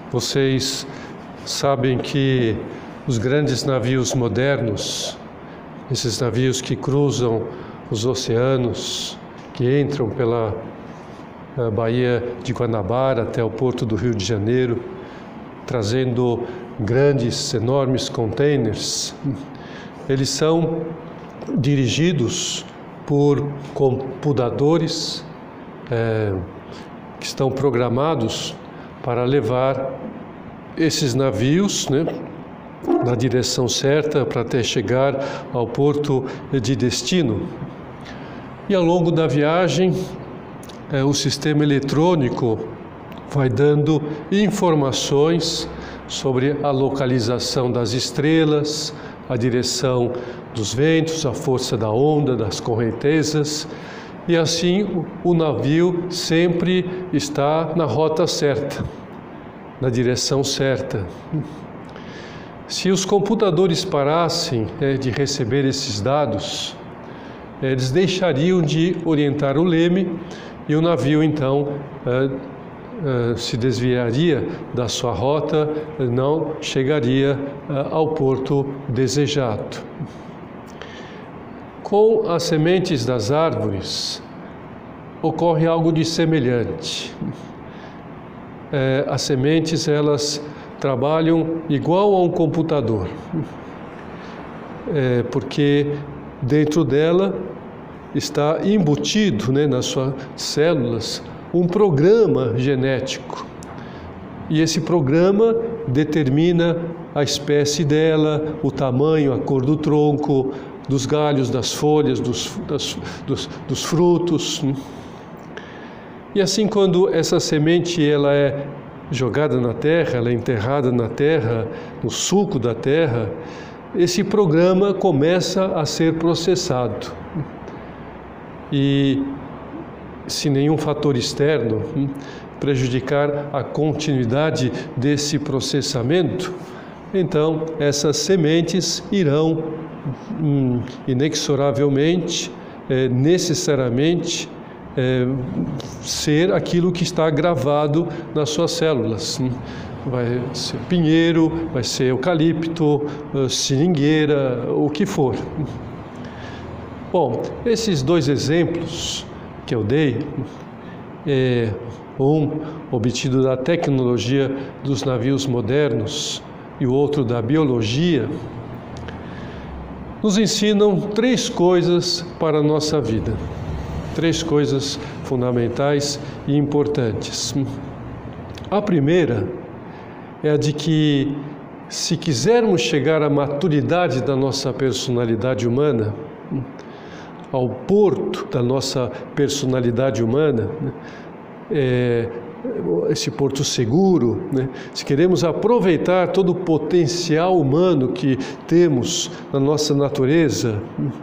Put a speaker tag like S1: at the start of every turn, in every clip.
S1: Vocês sabem que os grandes navios modernos, esses navios que cruzam os oceanos, que entram pela Baía de Guanabara até o porto do Rio de Janeiro, trazendo grandes, enormes containers, eles são dirigidos por computadores que estão programados para levar esses navios, na direção certa para até chegar ao porto de destino. E ao longo da viagem, o sistema eletrônico vai dando informações sobre a localização das estrelas, a direção dos ventos, a força da onda, das correntezas, e assim o navio sempre está na rota certa, na direção certa. Se os computadores parassem de receber esses dados, eles deixariam de orientar o leme e o navio então se desviaria da sua rota, não chegaria ao porto desejado. Com as sementes das árvores ocorre algo de semelhante. As sementes, elas trabalham igual a um computador, porque dentro dela está embutido, nas suas células, um programa genético. E esse programa determina a espécie dela, o tamanho, a cor do tronco, dos galhos, das folhas, dos frutos. E assim, quando essa semente ela é jogada na terra, ela é enterrada na terra, no sulco da terra, esse programa começa a ser processado. E se nenhum fator externo prejudicar a continuidade desse processamento, então essas sementes irão inexoravelmente, necessariamente, ser aquilo que está gravado nas suas células. Vai ser pinheiro, vai ser eucalipto, seringueira, o que for. Bom, esses dois exemplos que eu dei, um obtido da tecnologia dos navios modernos e o outro da biologia, nos ensinam três coisas para a nossa vida. Três coisas fundamentais e importantes. A primeira é a de que, se quisermos chegar à maturidade da nossa personalidade humana, ao porto da nossa personalidade humana, esse porto seguro, se queremos aproveitar todo o potencial humano que temos na nossa natureza,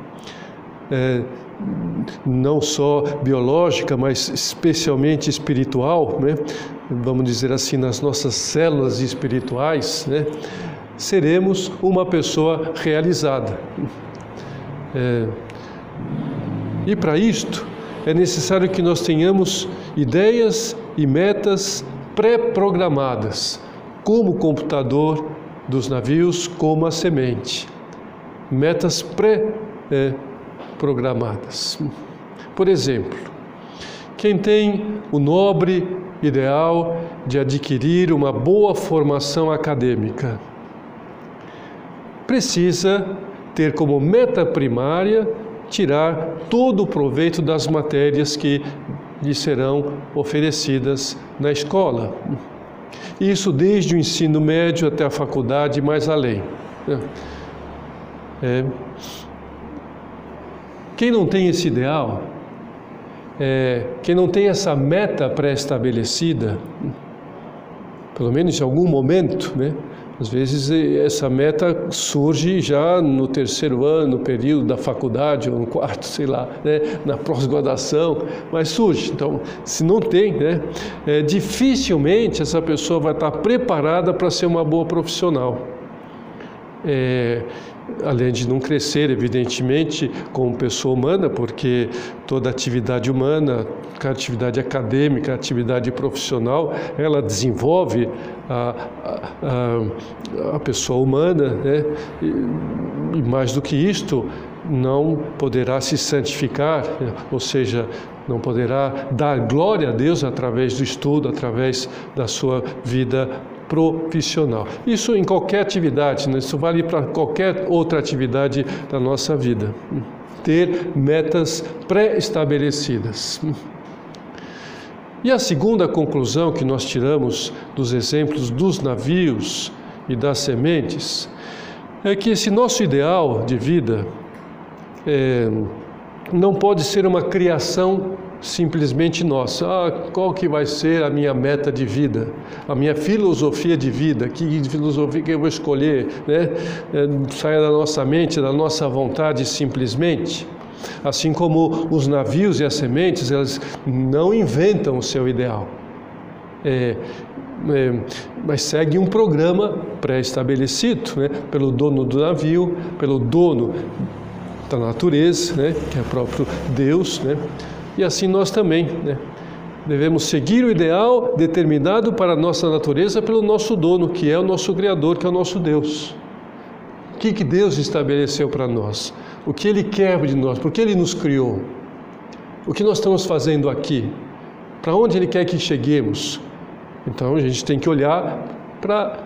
S1: não só biológica, mas especialmente espiritual, vamos dizer assim, nas nossas células espirituais, seremos uma pessoa realizada. E para isto é necessário que nós tenhamos ideias e metas pré-programadas, como o computador dos navios, como a semente. Metas pré-programadas. Por exemplo, quem tem o nobre ideal de adquirir uma boa formação acadêmica precisa ter como meta primária tirar todo o proveito das matérias que lhe serão oferecidas na escola. Isso desde o ensino médio até a faculdade e mais além. Quem não tem esse ideal, quem não tem essa meta pré-estabelecida, pelo menos em algum momento, às vezes essa meta surge já no terceiro ano, no período da faculdade, ou no quarto, sei lá, na pós-graduação, mas surge. Então, se não tem, dificilmente essa pessoa vai estar preparada para ser uma boa profissional. além de não crescer, evidentemente, como pessoa humana, porque toda atividade humana, cada atividade acadêmica, atividade profissional, ela desenvolve a pessoa humana, né? E mais do que isto, não poderá se santificar, ou seja, não poderá dar glória a Deus através do estudo, através da sua vida profissional. Isso em qualquer atividade, né? Isso vale para qualquer outra atividade da nossa vida. Ter metas pré-estabelecidas. E a segunda conclusão que nós tiramos dos exemplos dos navios e das sementes é que esse nosso ideal de vida não pode ser uma criação simplesmente nossa. Qual que vai ser a minha meta de vida? A minha filosofia de vida? Que filosofia que eu vou escolher? Né? Saia da nossa mente, da nossa vontade simplesmente. Assim como os navios e as sementes, elas não inventam o seu ideal. Mas segue um programa pré-estabelecido, né? Pelo dono do navio, pelo dono da natureza, né? Que é o próprio Deus, né? E assim nós também, né? Devemos seguir o ideal determinado para a nossa natureza pelo nosso dono, que é o nosso Criador, que é o nosso Deus. O que Deus estabeleceu para nós? O que Ele quer de nós? Por que Ele nos criou? O que nós estamos fazendo aqui? Para onde Ele quer que cheguemos? Então a gente tem que olhar para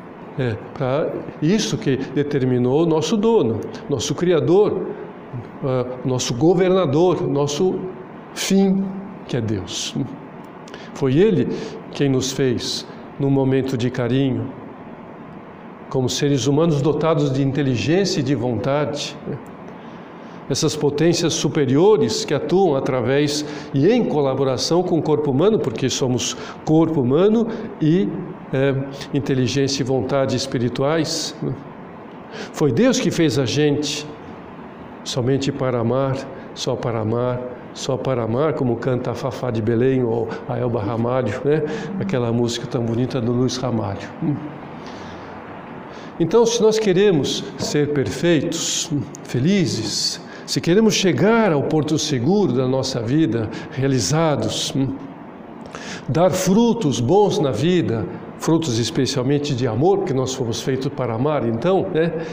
S1: isso que determinou o nosso dono, nosso Criador, nosso governador, nosso fim, que é Deus. Foi Ele quem nos fez num momento de carinho, como seres humanos dotados de inteligência e de vontade. Essas potências superiores que atuam através e em colaboração com o corpo humano, porque somos corpo humano e inteligência e vontade espirituais. Foi Deus que fez a gente somente para amar, só para amar, só para amar, como canta a Fafá de Belém ou a Elba Ramalho, né? Aquela música tão bonita do Luiz Ramalho. Então, se nós queremos ser perfeitos, felizes, se queremos chegar ao porto seguro da nossa vida, realizados, dar frutos bons na vida, frutos especialmente de amor, porque nós fomos feitos para amar, então,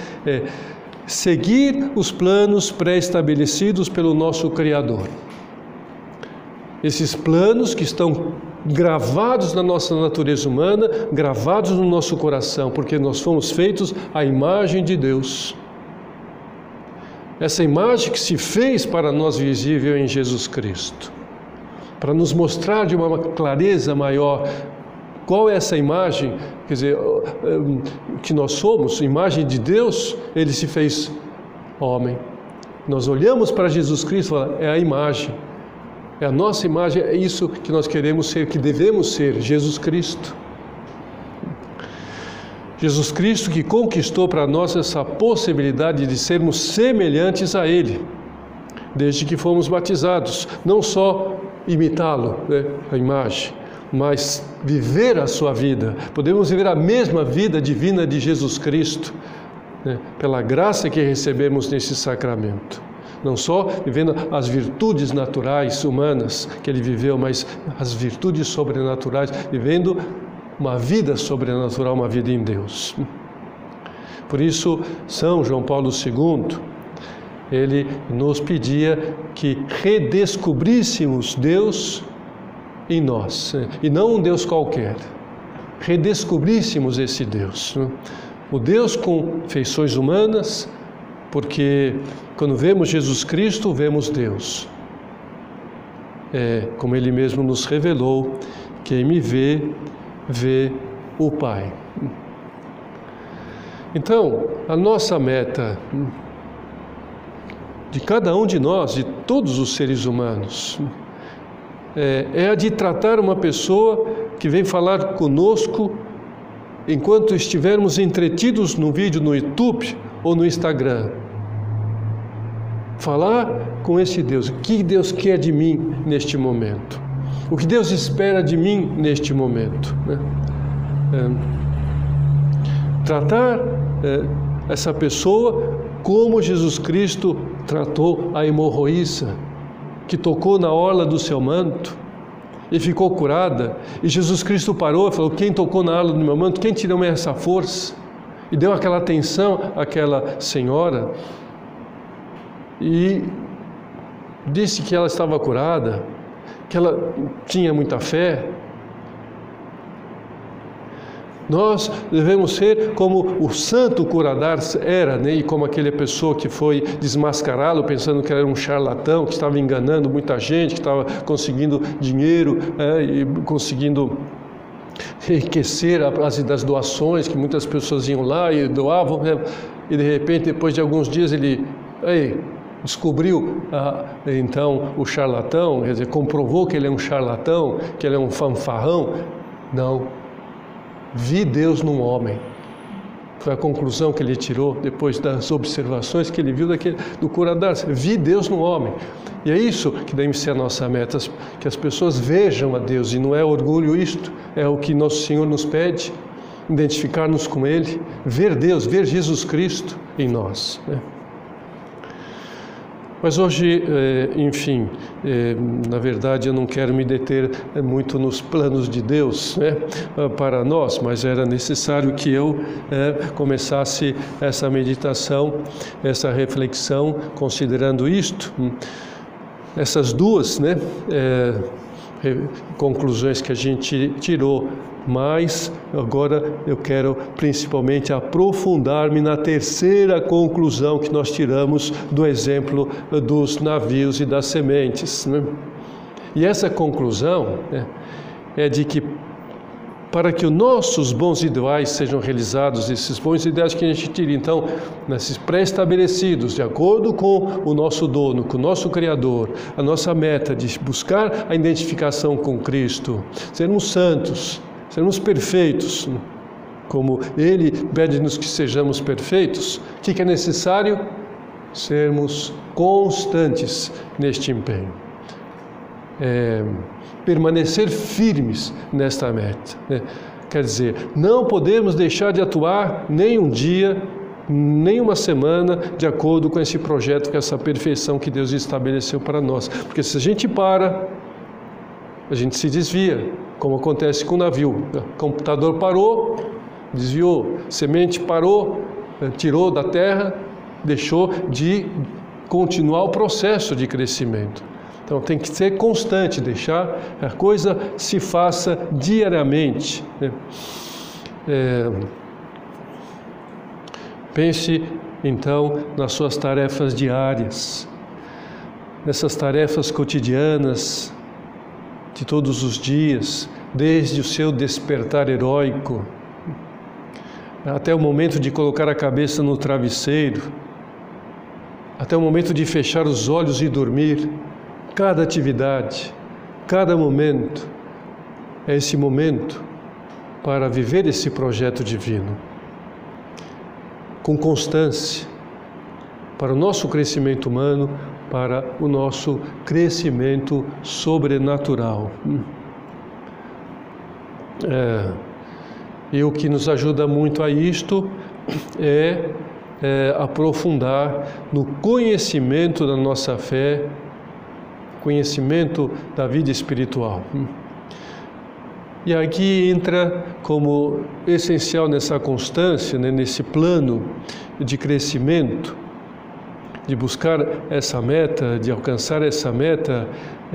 S1: seguir os planos pré-estabelecidos pelo nosso Criador. Esses planos que estão gravados na nossa natureza humana, gravados no nosso coração, porque nós fomos feitos à imagem de Deus. Essa imagem que se fez para nós visível em Jesus Cristo, para nos mostrar de uma clareza maior qual é essa imagem, quer dizer, que nós somos, imagem de Deus. Ele se fez homem. Nós olhamos para Jesus Cristo e falamos, é a imagem, é a nossa imagem, é isso que nós queremos ser, que devemos ser, Jesus Cristo. Jesus Cristo que conquistou para nós essa possibilidade de sermos semelhantes a Ele, desde que fomos batizados. Não só imitá-lo, né, a imagem, mas viver a sua vida. Podemos viver a mesma vida divina de Jesus Cristo, né, pela graça que recebemos nesse sacramento. Não só vivendo as virtudes naturais humanas que Ele viveu, mas as virtudes sobrenaturais, vivendo uma vida sobrenatural, uma vida em Deus. Por isso, São João Paulo II, ele nos pedia que redescobríssemos Deus em nós, e não um Deus qualquer. Redescobríssemos esse Deus, o Deus com feições humanas, porque quando vemos Jesus Cristo, vemos Deus. Como Ele mesmo nos revelou, quem me vê, vê o Pai. Então, a nossa meta, de cada um de nós, de todos os seres humanos, é a de tratar uma pessoa que vem falar conosco enquanto estivermos entretidos no vídeo no YouTube ou no Instagram. Falar com esse Deus. O que Deus quer de mim neste momento? O que Deus espera de mim neste momento? Né? Tratar essa pessoa como Jesus Cristo tratou a hemorroíça, que tocou na orla do seu manto e ficou curada. E Jesus Cristo parou e falou: quem tocou na orla do meu manto? Quem tirou essa força? E deu aquela atenção àquela senhora e disse que ela estava curada, que ela tinha muita fé. Nós devemos ser como o santo curador era, né? E como aquela pessoa que foi desmascará-lo pensando que era um charlatão, que estava enganando muita gente, que estava conseguindo dinheiro e conseguindo enriquecer das doações, que muitas pessoas iam lá e doavam, né? E de repente, depois de alguns dias, ele descobriu então o charlatão, quer dizer, comprovou que ele é um charlatão, que ele é um fanfarrão. Não. Vi Deus num homem. Foi a conclusão que ele tirou depois das observações que ele viu do curador. Vi Deus num homem. E é isso que deve ser a nossa meta, que as pessoas vejam a Deus. E não é orgulho isto, é o que nosso Senhor nos pede, identificar-nos com Ele, ver Deus, ver Jesus Cristo em nós, né? Mas hoje, enfim, na verdade eu não quero me deter muito nos planos de Deus, né, para nós, mas era necessário que eu começasse essa meditação, essa reflexão, considerando isto, essas duas, né, conclusões que a gente tirou. Mas agora eu quero principalmente aprofundar-me na terceira conclusão que nós tiramos do exemplo dos navios e das sementes, né? E essa conclusão, né, é de que para que os nossos bons ideais sejam realizados, esses bons ideais que a gente tira, então, nesses pré-estabelecidos, de acordo com o nosso dono, com o nosso Criador, a nossa meta de buscar a identificação com Cristo, sermos santos, sermos perfeitos, como Ele pede-nos que sejamos perfeitos. O que é necessário? Sermos constantes neste empenho. Permanecer firmes nesta meta, né? Quer dizer, não podemos deixar de atuar nem um dia, nem uma semana, de acordo com esse projeto, com essa perfeição que Deus estabeleceu para nós. Porque se a gente para, a gente se desvia, como acontece com o navio. O computador parou, desviou, semente parou, tirou da terra, deixou de continuar o processo de crescimento. Então tem que ser constante, deixar a coisa se faça diariamente, né? Pense então nas suas tarefas diárias, nessas tarefas cotidianas de todos os dias, desde o seu despertar heróico até o momento de colocar a cabeça no travesseiro, até o momento de fechar os olhos e dormir. Cada atividade, cada momento é esse momento para viver esse projeto divino com constância, para o nosso crescimento humano, para o nosso crescimento sobrenatural. E o que nos ajuda muito a isto é aprofundar no conhecimento da nossa fé, conhecimento da vida espiritual. E aqui entra como essencial nessa constância, né, nesse plano de crescimento, de buscar essa meta, de alcançar essa meta,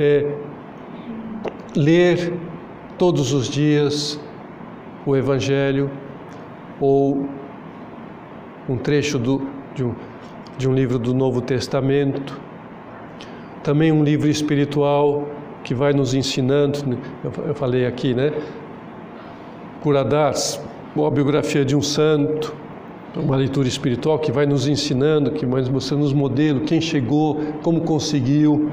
S1: ler todos os dias o Evangelho ou um trecho de um livro do Novo Testamento, também um livro espiritual que vai nos ensinando, eu falei aqui, né? Curadas, uma biografia de um santo, uma leitura espiritual que vai nos ensinando, que vai mostrando os modelos, quem chegou, como conseguiu.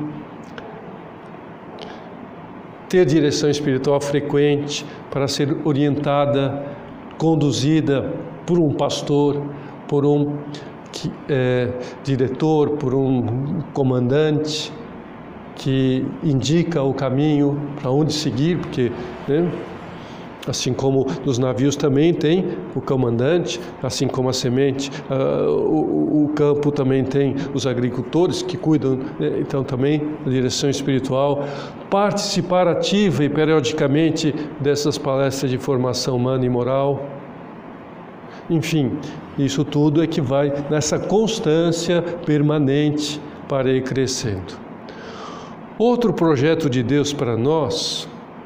S1: Ter direção espiritual frequente para ser orientada, conduzida por um pastor, por um diretor, por um comandante que indica o caminho para onde seguir, porque, né, Assim como nos navios também tem o comandante, assim como a semente, o campo também tem os agricultores que cuidam, então também a direção espiritual. Participar ativa e periodicamente dessas palestras de formação humana e moral. Enfim, isso tudo é que vai nessa constância permanente para ir crescendo. Outro projeto de Deus para nós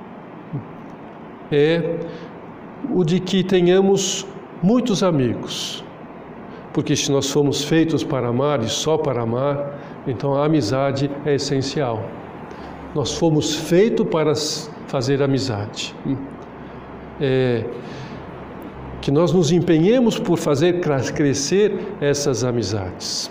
S1: é o de que tenhamos muitos amigos, porque se nós fomos feitos para amar e só para amar, então a amizade é essencial. Nós fomos feitos para fazer amizade. Que nós nos empenhemos por fazer crescer essas amizades.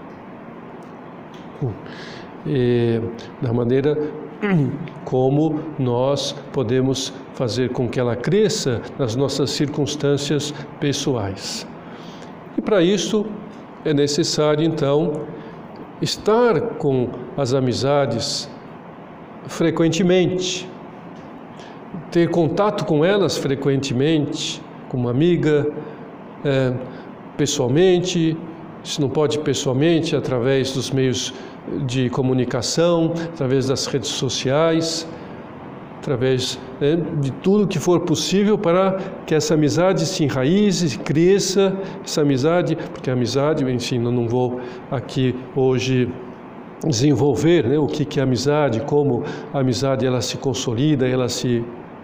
S1: Da maneira como nós podemos fazer com que ela cresça nas nossas circunstâncias pessoais. E para isso é necessário, então, estar com as amizades frequentemente, ter contato com elas frequentemente, com uma amiga, pessoalmente, se não pode pessoalmente, através dos meios de comunicação, através das redes sociais, através de tudo que for possível para que essa amizade se enraize, cresça, essa amizade, porque a amizade, enfim, eu não vou aqui hoje desenvolver o que é amizade, como a amizade ela se consolida, ela se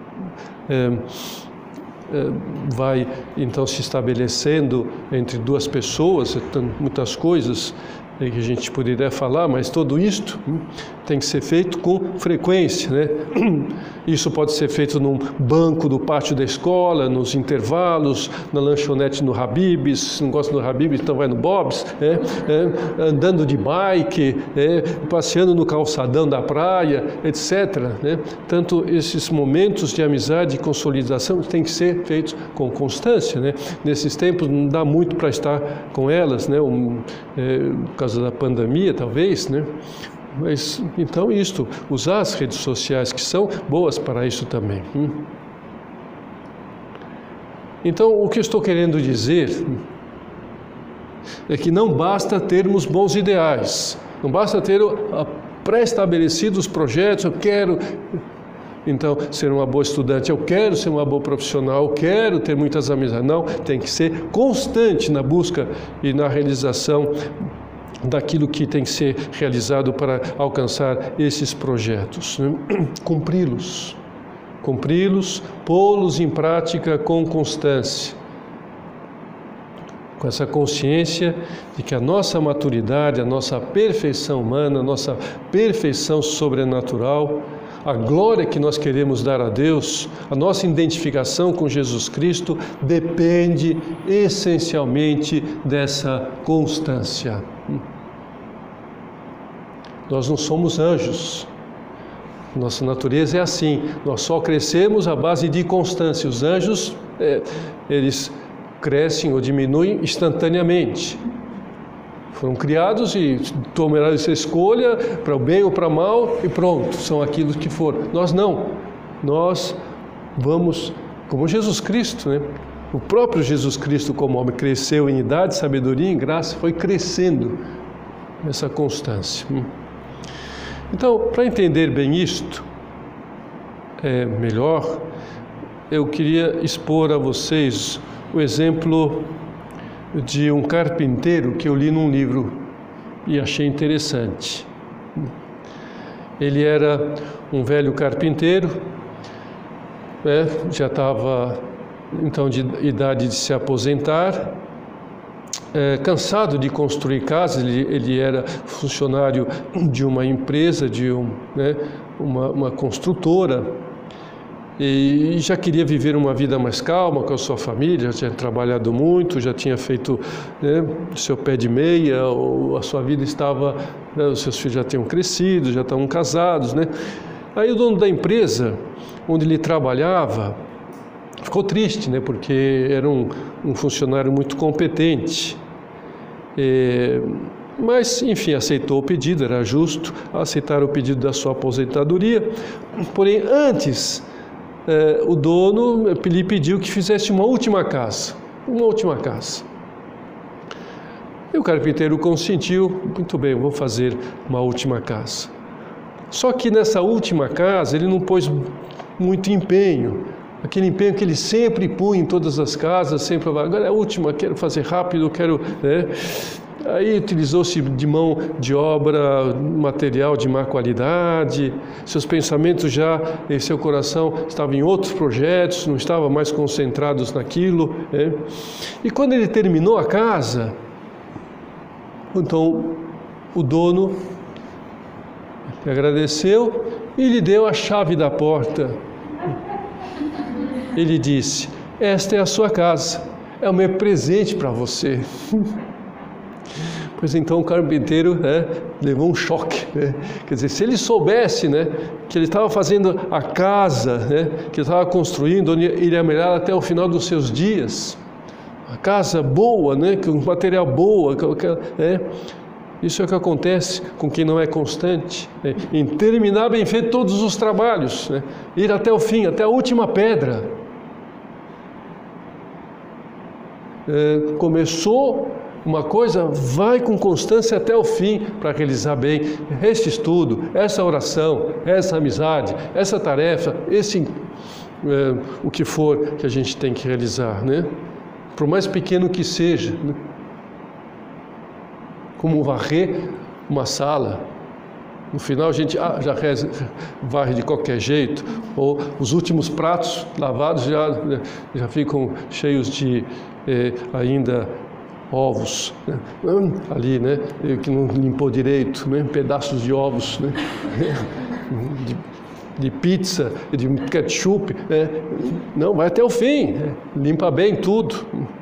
S1: vai então se estabelecendo entre duas pessoas, muitas coisas que a gente poderia falar, mas tudo isto tem que ser feito com frequência, né? Isso pode ser feito num banco do pátio da escola, nos intervalos, na lanchonete no Habib's, se não gosta do Habib's, então vai no Bob's, andando de bike, passeando no calçadão da praia, etc. Né? Tanto esses momentos de amizade e consolidação têm que ser feitos com constância, né? Nesses tempos não dá muito para estar com elas, né? Por causa da pandemia, talvez, né? Mas, então, usar as redes sociais, que são boas para isso também. Então, o que eu estou querendo dizer é que não basta termos bons ideais, não basta ter pré-estabelecidos projetos, eu quero, então, ser uma boa estudante, eu quero ser uma boa profissional, eu quero ter muitas amizades. Não, tem que ser constante na busca e na realização daquilo que tem que ser realizado para alcançar esses projetos, né? Cumpri-los, pô-los em prática com constância, com essa consciência de que a nossa maturidade, a nossa perfeição humana, a nossa perfeição sobrenatural, a glória que nós queremos dar a Deus, a nossa identificação com Jesus Cristo depende essencialmente dessa constância. Nós não somos anjos. Nossa natureza é assim. Nós só crescemos à base de constância. Os anjos, eles crescem ou diminuem instantaneamente. Foram criados e tomaram essa escolha para o bem ou para o mal e pronto, são aquilo que for. Nós não. Nós vamos, como Jesus Cristo, né? O próprio Jesus Cristo como homem cresceu em idade, sabedoria e em graça, foi crescendo nessa constância. Então, para entender bem isto, melhor, eu queria expor a vocês o exemplo de um carpinteiro que eu li num livro e achei interessante. Ele era um velho carpinteiro, já estava então de idade de se aposentar, cansado de construir casas. Ele era funcionário de uma empresa, de uma construtora, e já queria viver uma vida mais calma com a sua família. Já tinha trabalhado muito, já tinha feito seu pé de meia, a sua vida estava, os seus filhos já tinham crescido, já estavam casados, né? Aí o dono da empresa onde ele trabalhava ficou triste, né? Porque era um funcionário muito competente. Mas, enfim, aceitou o pedido, era justo aceitar o pedido da sua aposentadoria. Porém, antes o dono lhe pediu que fizesse uma última casa. Uma última casa. E o carpinteiro consentiu, muito bem, vou fazer uma última casa. Só que nessa última casa ele não pôs muito empenho, aquele empenho que ele sempre punha em todas as casas, sempre, agora é a última, quero fazer rápido, quero... Aí utilizou-se de mão de obra, material de má qualidade, seus pensamentos já, em seu coração, estavam em outros projetos, não estavam mais concentrados naquilo. E quando ele terminou a casa, então o dono lhe agradeceu e lhe deu a chave da porta. Ele disse: esta é a sua casa, é o meu presente para você. Pois então o carpinteiro levou um choque. Quer dizer, se ele soubesse que ele estava fazendo a casa, que ele estava construindo, onde ele ia morar até o final dos seus dias, a casa boa, com material boa, isso é o que acontece com quem não é constante, em terminar bem feito todos os trabalhos, ir até o fim, até a última pedra. Começou uma coisa, vai com constância até o fim para realizar bem este estudo, essa oração, essa amizade, essa tarefa, o que for que a gente tem que realizar, por mais pequeno que seja, como varrer uma sala. No final a gente já varre de qualquer jeito, ou os últimos pratos lavados já ficam cheios de ainda ovos, ali, que não limpou direito, pedaços de ovos, de pizza, de ketchup, não, vai até o fim, limpa bem tudo.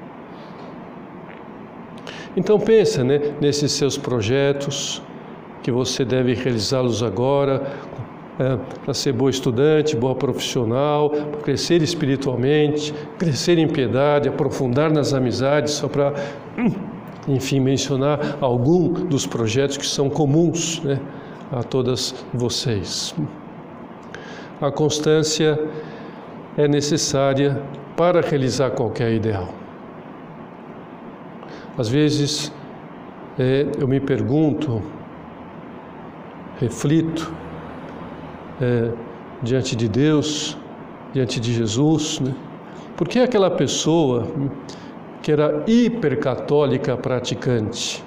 S1: Então pensa, nesses seus projetos, que você deve realizá-los agora, para ser boa estudante, boa profissional, para crescer espiritualmente, crescer em piedade, aprofundar nas amizades, só para, enfim, mencionar algum dos projetos que são comuns a todas vocês. A constância é necessária para realizar qualquer ideal. Às vezes eu me pergunto, reflito, diante de Deus, diante de Jesus, por que aquela pessoa que era hipercatólica praticante,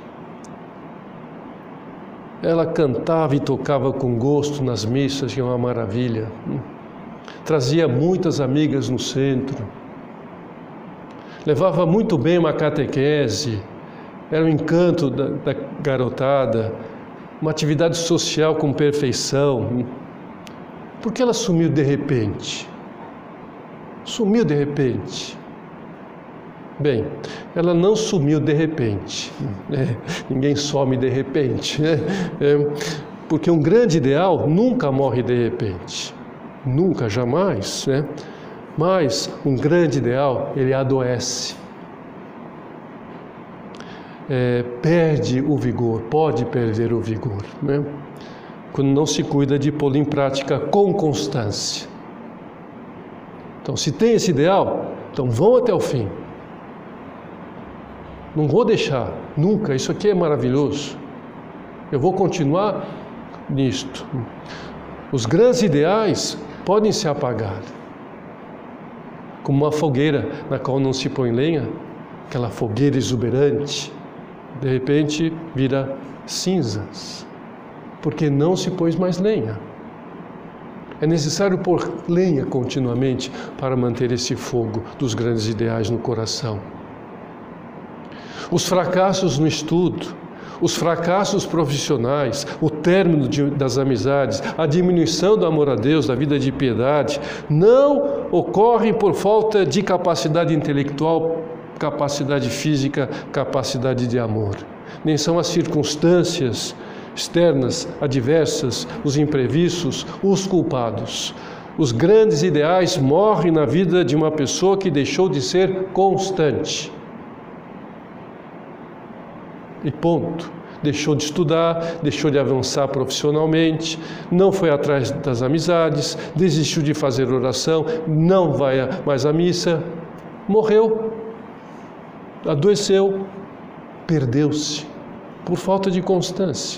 S1: ela cantava e tocava com gosto nas missas, que é uma maravilha, trazia muitas amigas no centro, levava muito bem uma catequese, era um encanto da garotada, uma atividade social com perfeição. Por que ela sumiu de repente? Sumiu de repente. Bem, ela não sumiu de repente. Ninguém some de repente. Porque um grande ideal nunca morre de repente. Nunca, jamais. Mas um grande ideal, ele adoece. Perde o vigor, pode perder o vigor, quando não se cuida de pô-lo em prática com constância. Então, se tem esse ideal, então vão até o fim. Não vou deixar, nunca, isso aqui é maravilhoso. Eu vou continuar nisto. Os grandes ideais podem se apagar, como uma fogueira na qual não se põe lenha, aquela fogueira exuberante, de repente vira cinzas, porque não se pôs mais lenha. É necessário pôr lenha continuamente para manter esse fogo dos grandes ideais no coração. Os fracassos no estudo, os fracassos profissionais, o término das amizades, a diminuição do amor a Deus, da vida de piedade, não ocorrem por falta de capacidade intelectual, capacidade física, capacidade de amor. Nem são as circunstâncias externas, adversas, os imprevistos, os culpados. Os grandes ideais morrem na vida de uma pessoa que deixou de ser constante. E ponto. deixou de estudar, deixou de avançar profissionalmente, não foi atrás das amizades, desistiu de fazer oração, não vai mais à missa, morreu, adoeceu, perdeu-se por falta de constância.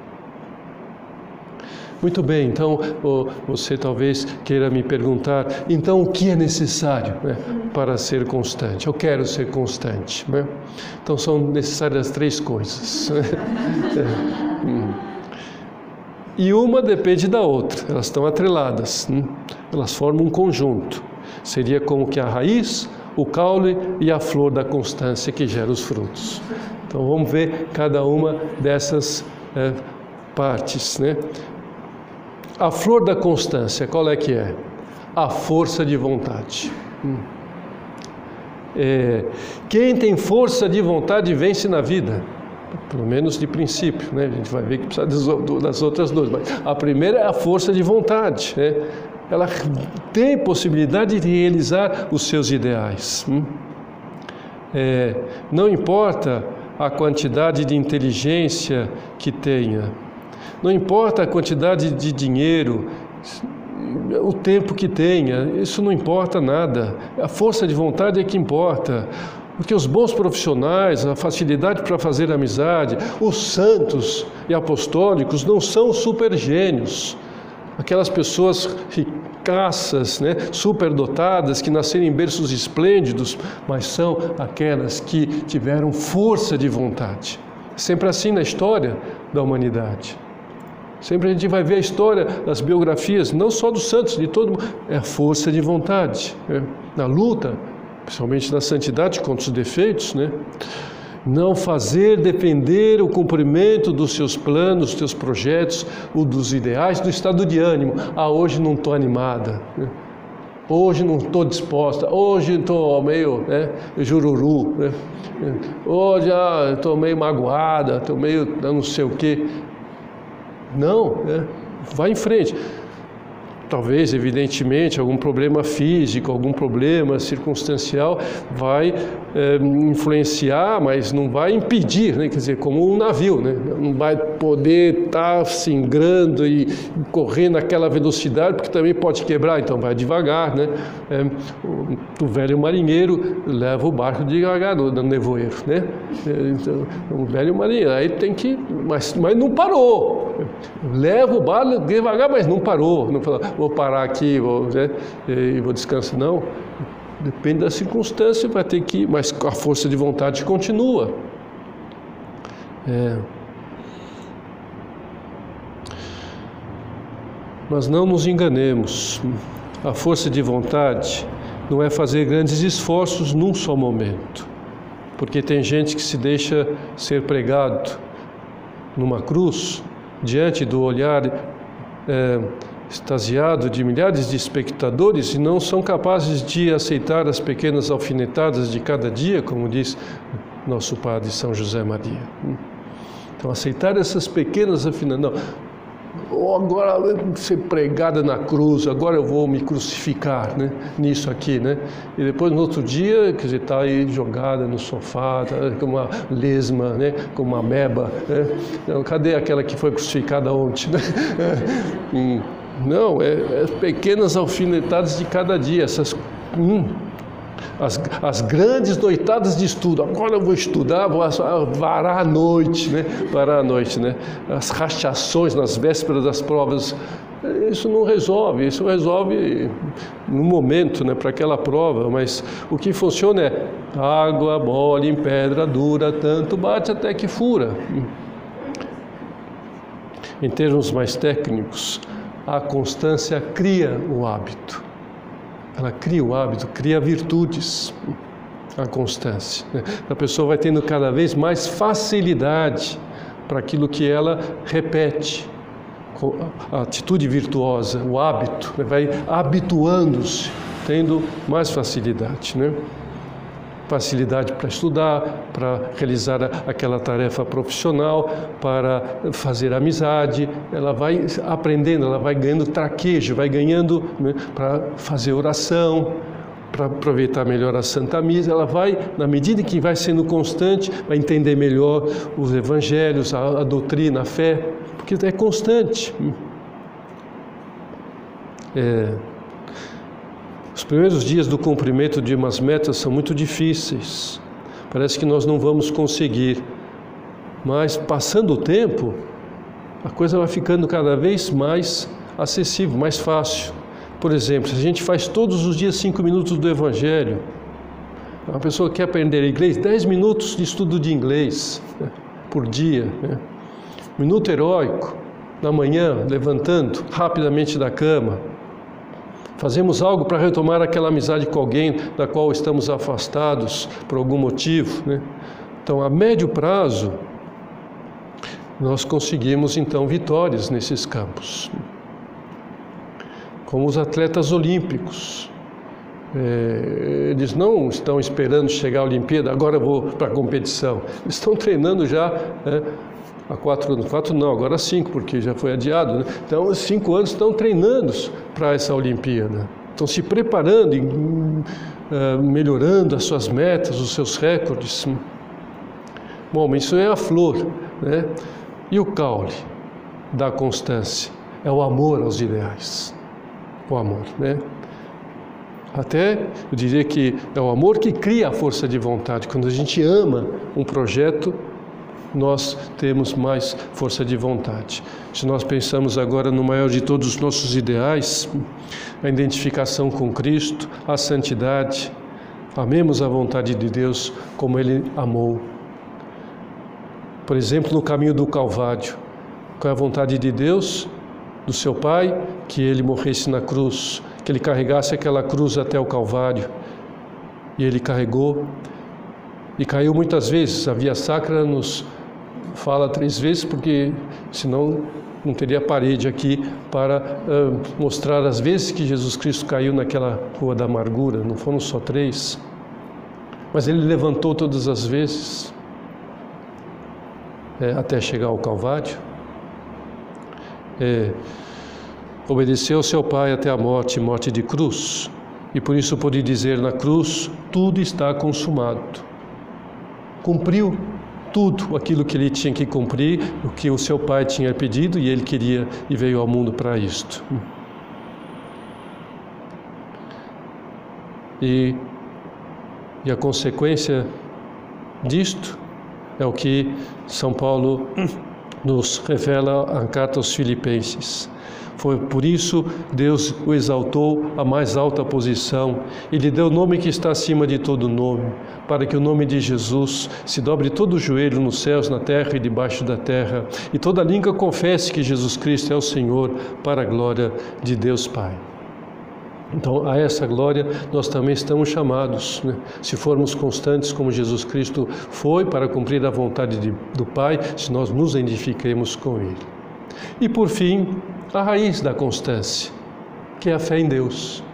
S1: Muito bem, então você talvez queira me perguntar, então o que é necessário, né, para ser constante? Eu quero ser constante, né? Então são necessárias 3 coisas. E uma depende da outra, elas estão atreladas, né? Elas formam um conjunto. Seria como que a raiz, o caule e a flor da constância que gera os frutos. Então vamos ver cada uma dessas partes, né? A flor da constância, qual é que é? A força de vontade. Quem tem força de vontade vence na vida, pelo menos de princípio, né? A gente vai ver que precisa das outras 2, mas a primeira é a força de vontade, né? Ela tem possibilidade de realizar os seus ideais. Não importa a quantidade de inteligência que tenha, não importa a quantidade de dinheiro, o tempo que tenha, isso não importa nada. A força de vontade é que importa. Porque os bons profissionais, a facilidade para fazer amizade, os santos e apostólicos não são super gênios. Aquelas pessoas ricaças, né, superdotadas, que nasceram em berços esplêndidos, mas são aquelas que tiveram força de vontade. Sempre assim na história da humanidade. Sempre a gente vai ver a história das biografias, não só dos santos, de todo mundo. É a força de vontade, né? Na luta, principalmente na santidade contra os defeitos, né? Não fazer depender o cumprimento dos seus planos, dos seus projetos, ou dos ideais, do estado de ânimo. Hoje não estou animada, né? Hoje não estou disposta, hoje estou meio, né, jururu, né? Hoje estou meio magoada, estou meio não sei o quê. Não, né? Vai em frente. Talvez, evidentemente, algum problema físico, algum problema circunstancial vai influenciar, mas não vai impedir, né? Quer dizer, como um navio, né? Não vai poder estar singrando e correr naquela velocidade, porque também pode quebrar, então vai devagar, né? O velho marinheiro leva o barco devagar no nevoeiro, né? Então, o velho marinheiro, aí tem que, mas não parou. Leva o barco devagar, mas não parou. Não falou, vou parar aqui, e vou descansar. Não, depende da circunstância, vai ter que ir, mas a força de vontade continua. Mas não nos enganemos, a força de vontade não é fazer grandes esforços num só momento, porque tem gente que se deixa ser pregado numa cruz, diante do olhar extasiado de milhares de espectadores, e não são capazes de aceitar as pequenas alfinetadas de cada dia, como diz nosso Padre São José Maria. Então, aceitar essas pequenas alfinetadas, não, agora ser pregada na cruz, agora eu vou me crucificar, né, nisso aqui, né? E depois no outro dia, quer dizer, está aí jogada no sofá, tá, como uma lesma, né, como uma ameba, né? Então, cadê aquela que foi crucificada ontem, né? Não, pequenas alfinetadas de cada dia, essas as grandes noitadas de estudo. Agora eu vou estudar, vou varar à noite, né? Varar à noite, né? As rachações nas vésperas das provas, isso não resolve, isso resolve no momento, né? Para aquela prova, mas o que funciona é água mole em pedra dura, tanto bate até que fura. Em termos mais técnicos, a constância cria o hábito. Ela cria o hábito, cria virtudes, a constância, né? A pessoa vai tendo cada vez mais facilidade para aquilo que ela repete, a atitude virtuosa, o hábito, né? Vai habituando-se, tendo mais facilidade, né? Facilidade para estudar, para realizar aquela tarefa profissional, para fazer amizade, ela vai aprendendo, ela vai ganhando traquejo, vai ganhando, né, para fazer oração, para aproveitar melhor a Santa Missa, ela vai, na medida que vai sendo constante, vai entender melhor os evangelhos, a doutrina, a fé, porque é constante. Os primeiros dias do cumprimento de umas metas são muito difíceis, parece que nós não vamos conseguir, mas passando o tempo, a coisa vai ficando cada vez mais acessível, mais fácil. Por exemplo, se a gente faz todos os dias 5 minutos do Evangelho, uma pessoa que quer aprender inglês, 10 minutos de estudo de inglês por dia, minuto heróico, na manhã, levantando rapidamente da cama, fazemos algo para retomar aquela amizade com alguém da qual estamos afastados por algum motivo, Então, a médio prazo, nós conseguimos então vitórias nesses campos. Como os atletas olímpicos. Eles não estão esperando chegar à Olimpíada, agora eu vou para a competição. Eles estão treinando já há 4 anos. 4 não, agora 5, porque já foi adiado. Então, 5 anos estão treinando para essa Olimpíada. Estão se preparando, melhorando as suas metas, os seus recordes. Bom, isso é a flor, E o caule da constância? É o amor aos ideais. O amor, Até, eu diria que é o amor que cria a força de vontade. Quando a gente ama um projeto, nós temos mais força de vontade. Se nós pensamos agora no maior de todos os nossos ideais, a identificação com Cristo, a santidade, amemos a vontade de Deus como Ele amou. Por exemplo, no caminho do Calvário, qual é a vontade de Deus? Do seu Pai, que Ele morresse na cruz, que Ele carregasse aquela cruz até o Calvário. E Ele carregou e caiu muitas vezes. A Via Sacra nos fala 3 vezes, porque senão não teria parede aqui para mostrar as vezes que Jesus Cristo caiu naquela rua da amargura. Não foram só 3, mas Ele levantou todas as vezes até chegar ao Calvário. Obedeceu ao seu Pai até a morte de cruz, e por isso pôde dizer na cruz: tudo está consumado. Cumpriu tudo aquilo que ele tinha que cumprir, o que o seu Pai tinha pedido, e ele queria e veio ao mundo para isto. E a consequência disto é o que São Paulo nos revela na carta aos Filipenses. Foi por isso Deus o exaltou à mais alta posição e lhe deu o nome que está acima de todo nome, para que o nome de Jesus se dobre todo o joelho nos céus, na terra e debaixo da terra, e toda língua confesse que Jesus Cristo é o Senhor, para a glória de Deus Pai. Então, a essa glória nós também estamos chamados, se formos constantes como Jesus Cristo foi para cumprir a vontade do Pai, se nós nos identifiquemos com Ele. E por fim, a raiz da constância, que é a fé em Deus.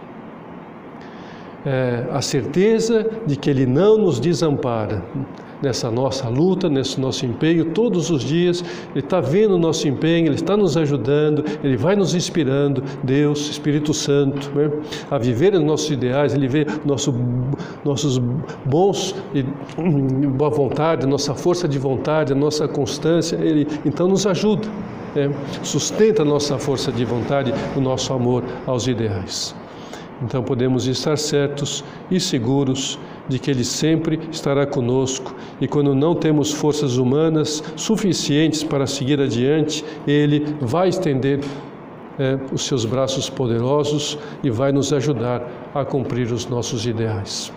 S1: A certeza de que Ele não nos desampara nessa nossa luta, nesse nosso empenho, todos os dias. Ele está vendo o nosso empenho, Ele está nos ajudando, Ele vai nos inspirando, Deus, Espírito Santo, a viver os nossos ideais. Ele vê nossos bons e boa vontade, nossa força de vontade, a nossa constância. Ele então nos ajuda, sustenta a nossa força de vontade, o nosso amor aos ideais. Então podemos estar certos e seguros de que Ele sempre estará conosco, e quando não temos forças humanas suficientes para seguir adiante, Ele vai estender os seus braços poderosos e vai nos ajudar a cumprir os nossos ideais.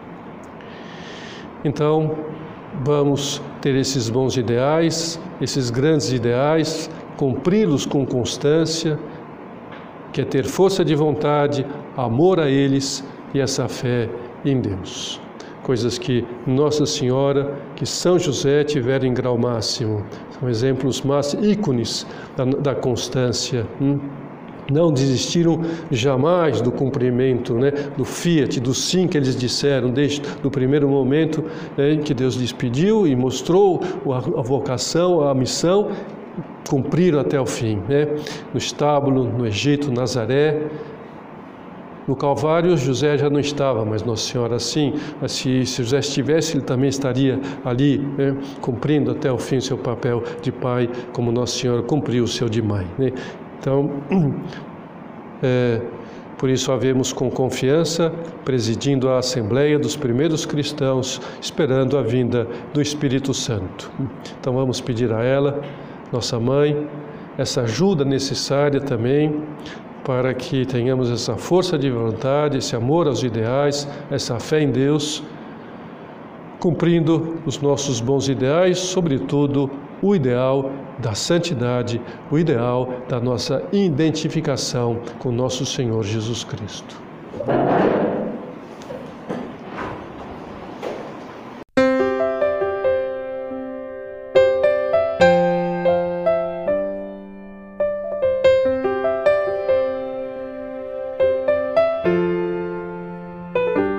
S1: Então, vamos ter esses bons ideais, esses grandes ideais, cumpri-los com constância, que é ter força de vontade, amor a eles e essa fé em Deus. Coisas que Nossa Senhora, que São José tiveram em grau máximo. São exemplos máximos, ícones da constância. Não desistiram jamais do cumprimento, do fiat, do sim que eles disseram, desde o primeiro momento em que Deus lhes pediu e mostrou a vocação, a missão. Cumpriram até o fim, no estábulo, no Egito, Nazaré, No Calvário, José já não estava, mas Nossa Senhora sim. Se José estivesse, ele também estaria ali, né, cumprindo até o fim o seu papel de pai, como Nossa Senhora cumpriu o seu de mãe, né? Então, por isso havemos com confiança, presidindo a Assembleia dos primeiros cristãos, esperando a vinda do Espírito Santo. Então vamos pedir a ela, nossa mãe, essa ajuda necessária também, para que tenhamos essa força de vontade, esse amor aos ideais, essa fé em Deus, cumprindo os nossos bons ideais, sobretudo o ideal da santidade, o ideal da nossa identificação com nosso Senhor Jesus Cristo.